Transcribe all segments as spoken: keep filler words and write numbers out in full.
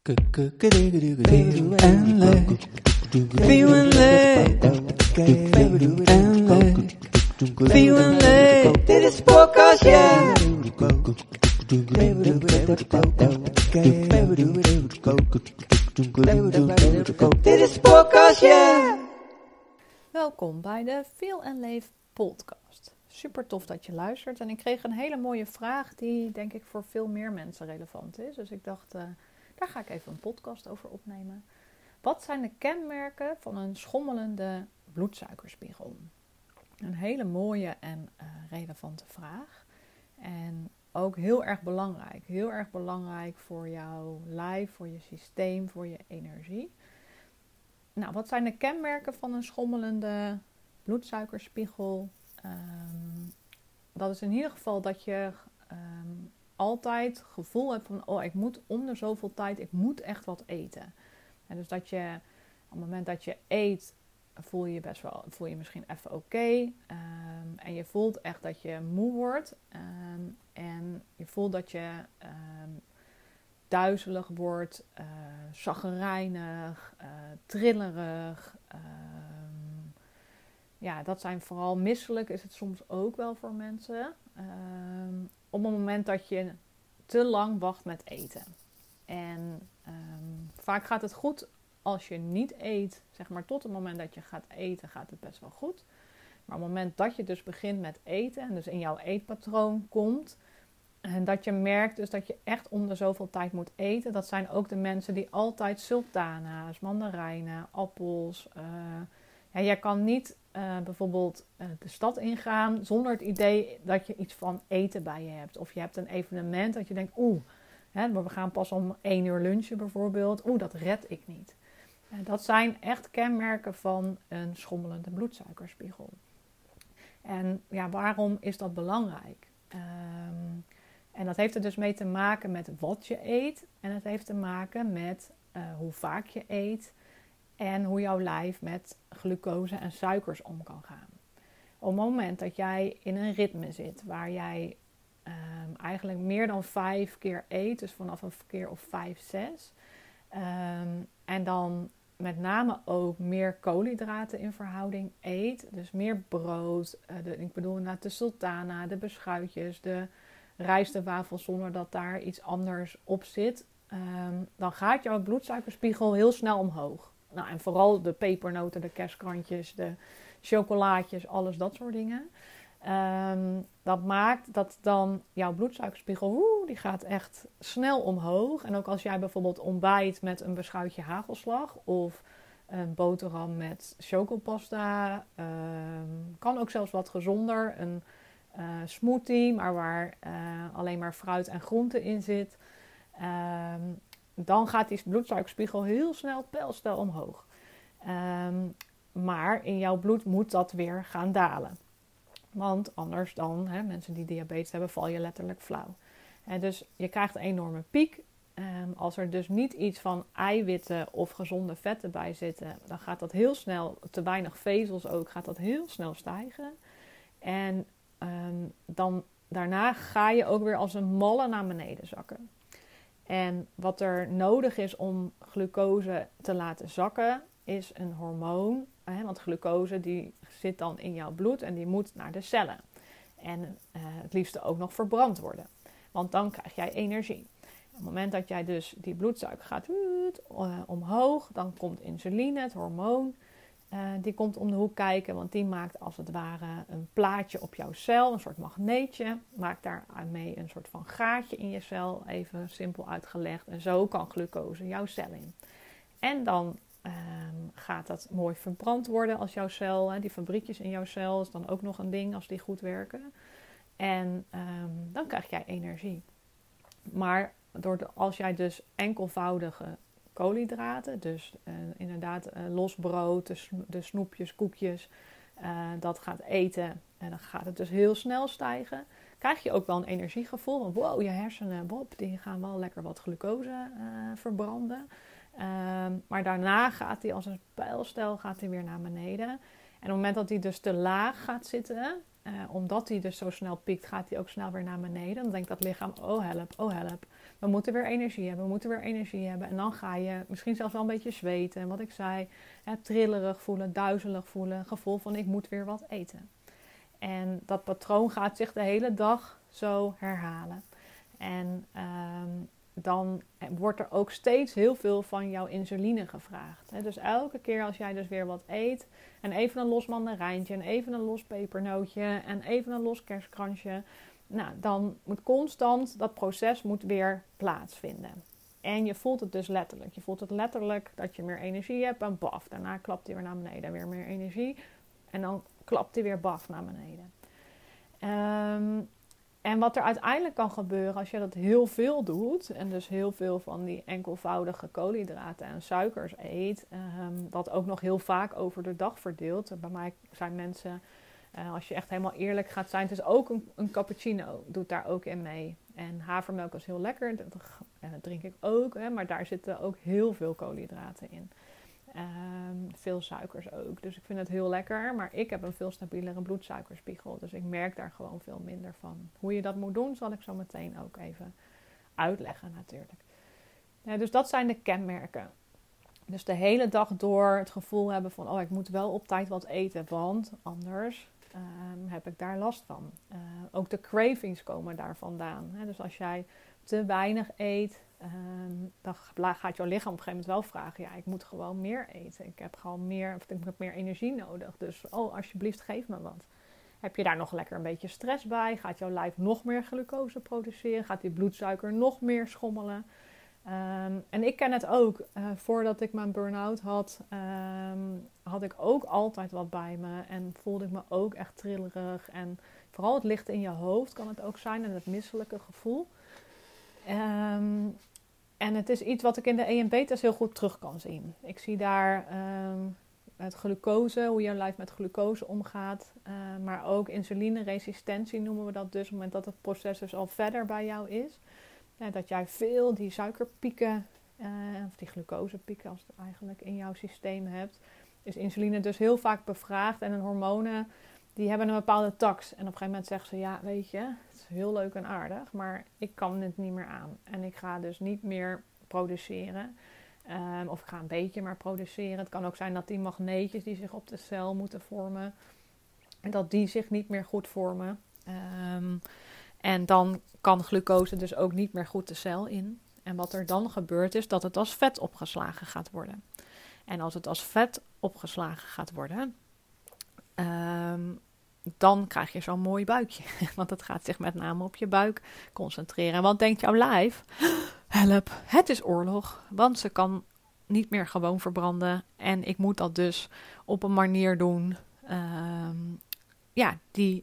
En leuk, feeling leuk, en leuk, feeling leuk. Dit is podcast, ja. Dit is podcast, ja. Welkom bij de Feel and Leef podcast. Super tof dat je luistert. En ik kreeg een hele mooie vraag die denk ik voor veel meer mensen relevant is. Dus ik dacht, uh, daar ga ik even een podcast over opnemen. Wat zijn de kenmerken van een schommelende bloedsuikerspiegel? Een hele mooie en uh, relevante vraag. En ook heel erg belangrijk. Heel erg belangrijk voor jouw lijf, voor je systeem, voor je energie. Nou, wat zijn de kenmerken van een schommelende bloedsuikerspiegel? Um, dat is in ieder geval dat je um, altijd het gevoel hebt van, oh, ik moet om de zoveel tijd, ik moet echt wat eten. En dus dat je, op het moment dat je eet, voel je best wel, voel je misschien even oké. Okay, um, en je voelt echt dat je moe wordt. Um, en je voelt dat je um, duizelig wordt, uh, chagrijnig, uh, trillerig. Um, ja, dat zijn vooral misselijk, is het soms ook wel voor mensen. Um, op het moment dat je te lang wacht met eten. En um, vaak gaat het goed als je niet eet. Zeg maar tot het moment dat je gaat eten gaat het best wel goed. Maar op het moment dat je dus begint met eten en dus in jouw eetpatroon komt. En dat je merkt dus dat je echt om de zoveel tijd moet eten. Dat zijn ook de mensen die altijd sultana's, mandarijnen, appels. Uh, ja, jij kan niet uh, bijvoorbeeld uh, de stad ingaan zonder het idee dat je iets van eten bij je hebt. Of je hebt een evenement dat je denkt, oeh, hè, we gaan pas om één uur lunchen bijvoorbeeld. Oeh, dat red ik niet. Uh, dat zijn echt kenmerken van een schommelende bloedsuikerspiegel. En ja, waarom is dat belangrijk? Um, En dat heeft er dus mee te maken met wat je eet. En het heeft te maken met uh, hoe vaak je eet. En hoe jouw lijf met glucose en suikers om kan gaan. Op het moment dat jij in een ritme zit waar jij um, eigenlijk meer dan vijf keer eet. Dus vanaf een keer of vijf, zes. Um, en dan met name ook meer koolhydraten in verhouding eet. Dus meer brood. Uh, de, ik bedoel inderdaad de sultana, de beschuitjes, de rijstwafels zonder dat daar iets anders op zit. Um, dan gaat jouw bloedsuikerspiegel heel snel omhoog. Nou, en vooral de pepernoten, de kerstkrantjes, de chocolaatjes, alles dat soort dingen. Um, dat maakt dat dan jouw bloedsuikerspiegel, woe, die gaat echt snel omhoog. En ook als jij bijvoorbeeld ontbijt met een beschuitje hagelslag of een boterham met chocopasta. Um, kan ook zelfs wat gezonder, een Uh, smoothie, maar waar uh, alleen maar fruit en groente in zit. Um, dan gaat die bloedsuikerspiegel heel snel pijlsnel omhoog. Um, maar in jouw bloed moet dat weer gaan dalen. Want anders dan, hè, mensen die diabetes hebben, val je letterlijk flauw. En dus je krijgt een enorme piek. Um, als er dus niet iets van eiwitten of gezonde vetten bij zitten, dan gaat dat heel snel, te weinig vezels ook, gaat dat heel snel stijgen. En Um, dan daarna ga je ook weer als een malle naar beneden zakken. En wat er nodig is om glucose te laten zakken, is een hormoon. Hè, want glucose die zit dan in jouw bloed en die moet naar de cellen. En uh, het liefste ook nog verbrand worden. Want dan krijg jij energie. Op het moment dat jij dus die bloedsuiker gaat uh, omhoog, dan komt insuline, het hormoon. Uh, die komt om de hoek kijken, want die maakt als het ware een plaatje op jouw cel, een soort magneetje. Maakt daarmee een soort van gaatje in je cel, even simpel uitgelegd. En zo kan glucose jouw cel in. En dan um, gaat dat mooi verbrand worden als jouw cel, hè, die fabriekjes in jouw cel, is dan ook nog een ding als die goed werken. En um, dan krijg jij energie. Maar door de, als jij dus enkelvoudige koolhydraten, dus uh, inderdaad uh, los brood, de, sno- de snoepjes, koekjes, uh, dat gaat eten en dan gaat het dus heel snel stijgen. Krijg je ook wel een energiegevoel van wow, je hersenen, Bob, die gaan wel lekker wat glucose uh, verbranden. Uh, maar daarna gaat hij als een pijlstijl gaat hij weer naar beneden. En op het moment dat hij dus te laag gaat zitten, Uh, omdat hij dus zo snel piekt, gaat hij ook snel weer naar beneden. Dan denkt dat lichaam, oh help, oh help. We moeten weer energie hebben, we moeten weer energie hebben. En dan ga je misschien zelfs wel een beetje zweten. En wat ik zei, hè, trillerig voelen, duizelig voelen. Gevoel van ik moet weer wat eten. En dat patroon gaat zich de hele dag zo herhalen. En um, dan wordt er ook steeds heel veel van jouw insuline gevraagd. Hè. Dus elke keer als jij dus weer wat eet... en even een los mandarijntje en even een los pepernootje... en even een los kerstkransje... nou, dan moet constant dat proces moet weer plaatsvinden. En je voelt het dus letterlijk. Je voelt het letterlijk dat je meer energie hebt en baf. Daarna klapt hij weer naar beneden. Weer meer energie. En dan klapt hij weer baf naar beneden. Um, en wat er uiteindelijk kan gebeuren als je dat heel veel doet... en dus heel veel van die enkelvoudige koolhydraten en suikers eet... Um, dat ook nog heel vaak over de dag verdeelt. Bij mij zijn mensen, uh, als je echt helemaal eerlijk gaat zijn... het is ook een, een cappuccino, doet daar ook in mee. En havermelk is heel lekker, dat, en dat drink ik ook... Hè, maar daar zitten ook heel veel koolhydraten in. Um, veel suikers ook. Dus ik vind het heel lekker. Maar ik heb een veel stabielere bloedsuikerspiegel. Dus ik merk daar gewoon veel minder van. Hoe je dat moet doen, zal ik zo meteen ook even uitleggen natuurlijk. Ja, dus dat zijn de kenmerken. Dus de hele dag door het gevoel hebben van... oh, ik moet wel op tijd wat eten, want anders um, heb ik daar last van. Uh, ook de cravings komen daar vandaan. Hè? Dus als jij te weinig eet... Um, dan gaat jouw lichaam op een gegeven moment wel vragen... ja, ik moet gewoon meer eten. Ik heb gewoon meer, of ik heb meer energie nodig. Dus, oh, alsjeblieft, geef me wat. Heb je daar nog lekker een beetje stress bij? Gaat jouw lijf nog meer glucose produceren? Gaat die bloedsuiker nog meer schommelen? Um, en ik ken het ook. Uh, voordat ik mijn burn-out had... Um, had ik ook altijd wat bij me. En voelde ik me ook echt trillerig. En vooral het licht in je hoofd kan het ook zijn. En het misselijke gevoel... Um, en het is iets wat ik in de E M B-test heel goed terug kan zien. Ik zie daar um, het glucose, hoe jouw lijf met glucose omgaat. Uh, maar ook insulineresistentie noemen we dat dus. Op het moment dat het proces dus al verder bij jou is. Ja, dat jij veel die suikerpieken, uh, of die glucosepieken als het eigenlijk in jouw systeem hebt. Is insuline dus heel vaak bevraagd. En een hormonen, die hebben een bepaalde tax. En op een gegeven moment zeggen ze, ja weet je... heel leuk en aardig, maar ik kan het niet meer aan. En ik ga dus niet meer produceren. Um, of ik ga een beetje maar produceren. Het kan ook zijn dat die magneetjes die zich op de cel moeten vormen... en dat die zich niet meer goed vormen. Um, en dan kan glucose dus ook niet meer goed de cel in. En wat er dan gebeurt is dat het als vet opgeslagen gaat worden. En als het als vet opgeslagen gaat worden... Um, dan krijg je zo'n mooi buikje. Want het gaat zich met name op je buik concentreren. Want denkt jouw lijf, help, het is oorlog. Want ze kan niet meer gewoon verbranden. En ik moet dat dus op een manier doen um, ja, die,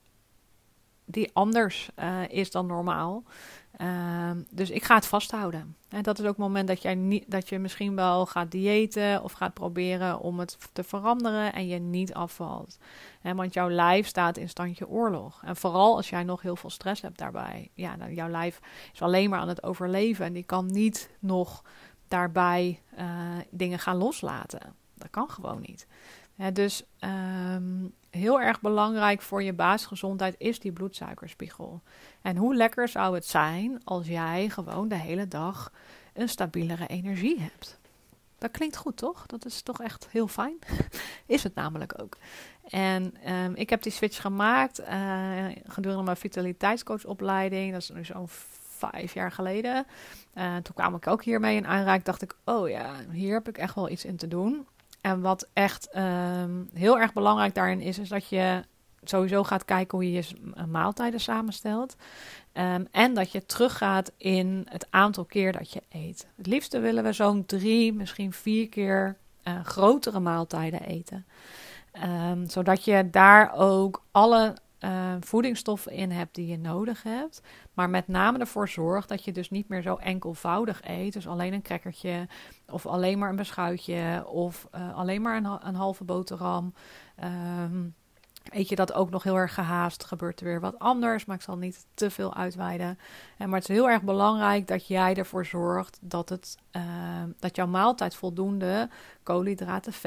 die anders uh, is dan normaal. Um, dus ik ga het vasthouden. En dat is ook het moment dat, jij niet, dat je misschien wel gaat diëten of gaat proberen om het te veranderen en je niet afvalt. He, want jouw lijf staat in standje oorlog. En vooral als jij nog heel veel stress hebt daarbij. Ja, dan jouw lijf is alleen maar aan het overleven en die kan niet nog daarbij uh, dingen gaan loslaten. Dat kan gewoon niet. Ja, dus um, heel erg belangrijk voor je basisgezondheid is die bloedsuikerspiegel. En hoe lekker zou het zijn als jij gewoon de hele dag een stabielere energie hebt. Dat klinkt goed, toch? Dat is toch echt heel fijn? Is het namelijk ook. En um, ik heb die switch gemaakt uh, gedurende mijn vitaliteitscoachopleiding. Dat is nu zo'n vijf jaar geleden. Uh, toen kwam ik ook hiermee in aanraking. Dacht ik, oh ja, hier heb ik echt wel iets in te doen. En wat echt um, heel erg belangrijk daarin is, is dat je sowieso gaat kijken hoe je je maaltijden samenstelt. Um, en dat je teruggaat in het aantal keer dat je eet. Het liefste willen we zo'n drie, misschien vier keer uh, grotere maaltijden eten. Um, zodat je daar ook alle uh, voedingsstoffen in hebt die je nodig hebt. Maar met name ervoor zorgt dat je dus niet meer zo enkelvoudig eet. Dus alleen een crackertje of alleen maar een beschuitje of uh, alleen maar een, een halve boterham. Um, Eet je dat ook nog heel erg gehaast, gebeurt er weer wat anders. Maar ik zal niet te veel uitweiden. En maar het is heel erg belangrijk dat jij ervoor zorgt dat, het, uh, dat jouw maaltijd voldoende koolhydraten, vetten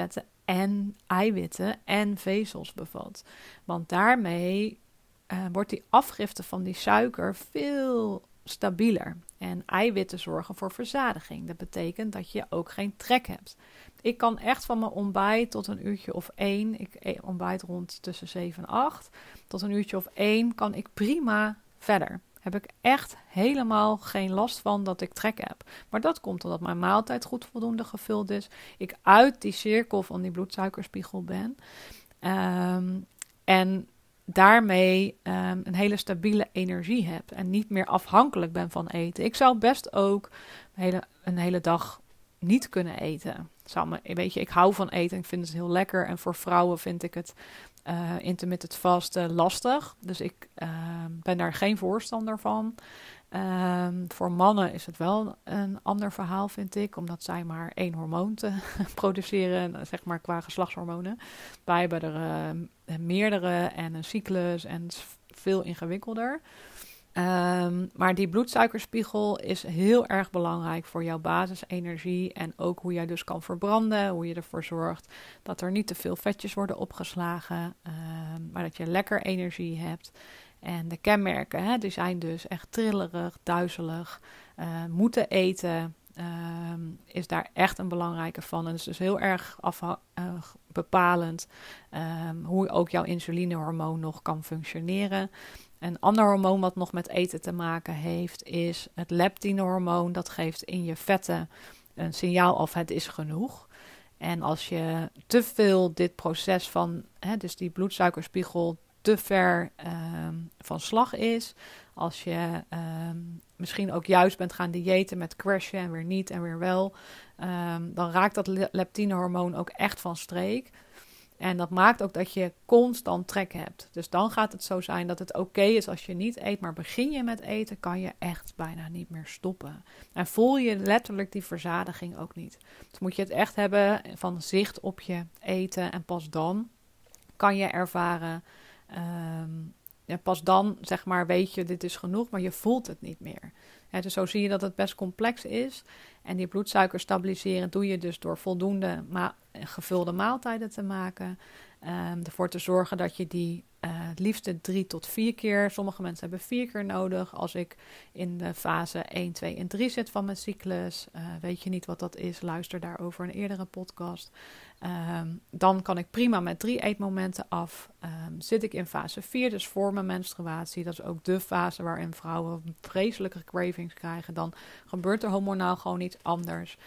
en eiwitten en vezels bevat. Want daarmee uh, wordt die afgifte van die suiker veel stabieler. En eiwitten zorgen voor verzadiging. Dat betekent dat je ook geen trek hebt. Ik kan echt van mijn ontbijt tot een uurtje of één, ik ontbijt rond tussen zeven en acht, tot een uurtje of één kan ik prima verder. Heb ik echt helemaal geen last van dat ik trek heb. Maar dat komt omdat mijn maaltijd goed voldoende gevuld is. Ik uit die cirkel van die bloedsuikerspiegel ben. Um, en daarmee um, een hele stabiele energie heb. En niet meer afhankelijk ben van eten. Ik zou best ook een hele, een hele dag niet kunnen eten. Zou me, weet je, ik hou van eten. Ik vind het heel lekker. En voor vrouwen vind ik het uh, intermittent vasten lastig. Dus ik uh, ben daar geen voorstander van. Um, voor mannen is het wel een ander verhaal, vind ik. Omdat zij maar één hormoon te produceren, zeg maar qua geslachtshormonen. Wij hebben er uh, meerdere en een cyclus en het is veel ingewikkelder. Um, maar die bloedsuikerspiegel is heel erg belangrijk voor jouw basisenergie en ook hoe jij dus kan verbranden, hoe je ervoor zorgt dat er niet te veel vetjes worden opgeslagen, um, maar dat je lekker energie hebt. En de kenmerken, hè, die zijn dus echt trillerig, duizelig, uh, moeten eten, um, is daar echt een belangrijke van. En het is dus heel erg afha- uh, bepalend um, hoe ook jouw insulinehormoon nog kan functioneren. Een ander hormoon wat nog met eten te maken heeft, is het leptinehormoon. Dat geeft in je vetten een signaal of het is genoeg. En als je te veel dit proces van, hè, dus die bloedsuikerspiegel te ver um, van slag is, als je um, misschien ook juist bent gaan diëten met crashen en weer niet en weer wel, um, dan raakt dat leptinehormoon ook echt van streek. En dat maakt ook dat je constant trek hebt. Dus dan gaat het zo zijn dat het oké okay is als je niet eet. Maar begin je met eten, kan je echt bijna niet meer stoppen. En voel je letterlijk die verzadiging ook niet. Dus moet je het echt hebben van zicht op je eten. En pas dan kan je ervaren. Um, ja, pas dan zeg maar weet je dit is genoeg, maar je voelt het niet meer. Ja, dus zo zie je dat het best complex is. En die bloedsuiker stabiliseren doe je dus door voldoende ma- gevulde maaltijden te maken. Um, ervoor te zorgen dat je die uh, het liefste drie tot vier keer, sommige mensen hebben vier keer nodig. Als ik in de fase één, twee en drie zit van mijn cyclus, uh, weet je niet wat dat is, luister daarover een eerdere podcast. Um, dan kan ik prima met drie eetmomenten af. Um, zit ik in fase vier, dus voor mijn menstruatie, dat is ook de fase waarin vrouwen vreselijke cravings krijgen, dan gebeurt er hormonaal gewoon iets anders.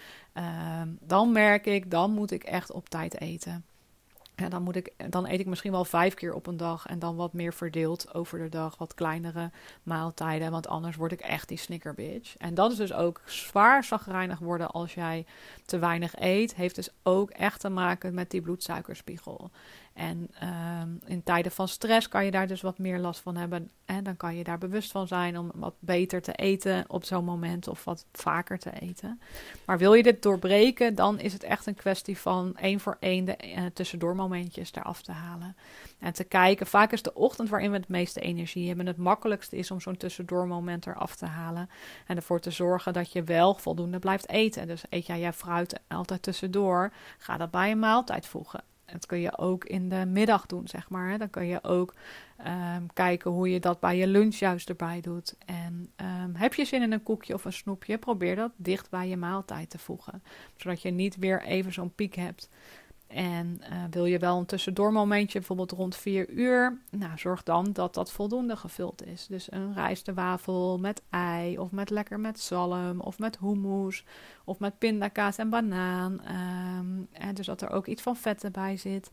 Um, dan merk ik, dan moet ik echt op tijd eten. Ja, dan, moet ik, dan eet ik misschien wel vijf keer op een dag en dan wat meer verdeeld over de dag, wat kleinere maaltijden, want anders word ik echt die snickerbitch. En dat is dus ook zwaar chagrijnig worden als jij te weinig eet, heeft dus ook echt te maken met die bloedsuikerspiegel. En um, in tijden van stress kan je daar dus wat meer last van hebben. En dan kan je daar bewust van zijn om wat beter te eten op zo'n moment of wat vaker te eten. Maar wil je dit doorbreken, dan is het echt een kwestie van één voor één de uh, tussendoormomentjes eraf te halen. En te kijken, vaak is de ochtend waarin we het meeste energie hebben. Het makkelijkste is om zo'n tussendoormoment eraf te halen. En ervoor te zorgen dat je wel voldoende blijft eten. Dus eet jij je fruit altijd tussendoor, ga dat bij een maaltijd voegen. Dat kun je ook in de middag doen, zeg maar. Hè. Dan kun je ook um, kijken hoe je dat bij je lunch juist erbij doet. En um, heb je zin in een koekje of een snoepje, probeer dat dicht bij je maaltijd te voegen. Zodat je niet weer even zo'n piek hebt. En uh, wil je wel een tussendoormomentje, bijvoorbeeld rond vier uur, nou, zorg dan dat dat voldoende gevuld is. Dus een rijstwafel met ei, of met lekker met zalm, of met hummus, of met pindakaas en banaan. Um, en dus dat er ook iets van vetten bij zit.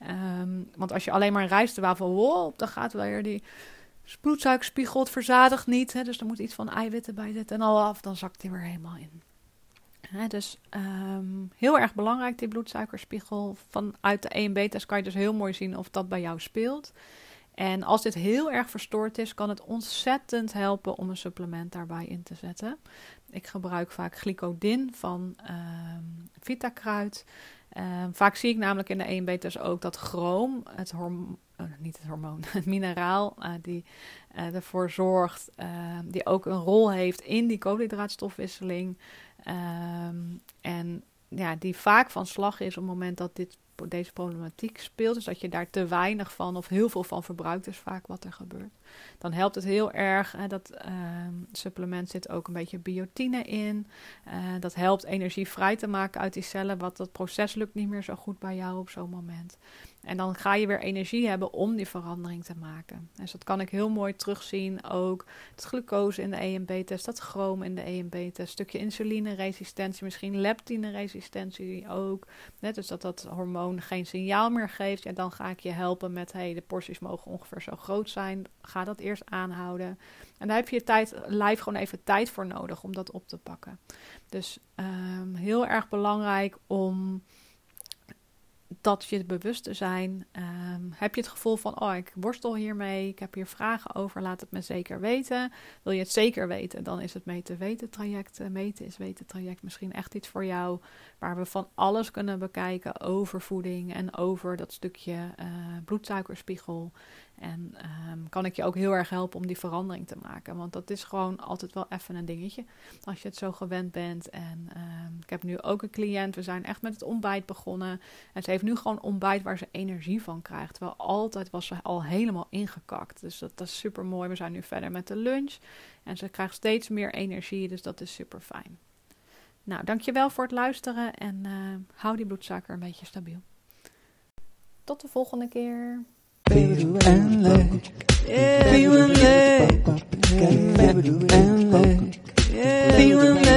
Um, want als je alleen maar een rijstwafel, wow, dan gaat weer die bloedsuikerspiegel, het verzadigt niet. Hè, dus er moet iets van eiwitten bij zitten en al af, dan zakt die weer helemaal in. He, dus um, heel erg belangrijk die bloedsuikerspiegel. Vanuit de E en B-test kan je dus heel mooi zien of dat bij jou speelt. En als dit heel erg verstoord is, kan het ontzettend helpen om een supplement daarbij in te zetten. Ik gebruik vaak glycodin van um, Vitakruid. Um, vaak zie ik namelijk in de E en B-test ook dat chroom, het hormoon, uh, niet het hormoon, het mineraal, uh, die uh, ervoor zorgt, uh, die ook een rol heeft in die koolhydraatstofwisseling. Um, en ja, die vaak van slag is op het moment dat dit deze problematiek speelt, dus dat je daar te weinig van of heel veel van verbruikt, is vaak wat er gebeurt. Dan helpt het heel erg, hè, dat uh, supplement zit ook een beetje biotine in. Uh, dat helpt energie vrij te maken uit die cellen, want dat proces lukt niet meer zo goed bij jou op zo'n moment. En dan ga je weer energie hebben om die verandering te maken. Dus dat kan ik heel mooi terugzien ook. Het glucose in de E M B-test, dat chroom in de E M B-test, een stukje insulineresistentie, misschien leptineresistentie ook. Net dus dat dat hormoon geen signaal meer geeft. Ja, dan ga ik je helpen met, hey, de porties mogen ongeveer zo groot zijn. Ga dat eerst aanhouden. En daar heb je je tijd, lijf gewoon even tijd voor nodig om dat op te pakken. Dus um, heel erg belangrijk om dat je bewust te zijn. Um, heb je het gevoel van, oh, ik worstel hiermee, ik heb hier vragen over, laat het me zeker weten. Wil je het zeker weten, dan is het meten weten traject. Uh, meten is weten traject misschien echt iets voor jou, waar we van alles kunnen bekijken over voeding en over dat stukje uh, bloedsuikerspiegel. En um, kan ik je ook heel erg helpen om die verandering te maken. Want dat is gewoon altijd wel even een dingetje. Als je het zo gewend bent. En um, ik heb nu ook een cliënt. We zijn echt met het ontbijt begonnen. En ze heeft nu gewoon ontbijt waar ze energie van krijgt. Terwijl altijd was ze al helemaal ingekakt. Dus dat, dat is super mooi. We zijn nu verder met de lunch. En ze krijgt steeds meer energie. Dus dat is super fijn. Nou, dankjewel voor het luisteren. En uh, hou die bloedsuiker een beetje stabiel. Tot de volgende keer. Feeling and leg, feeling leg, feeling leg, feeling leg.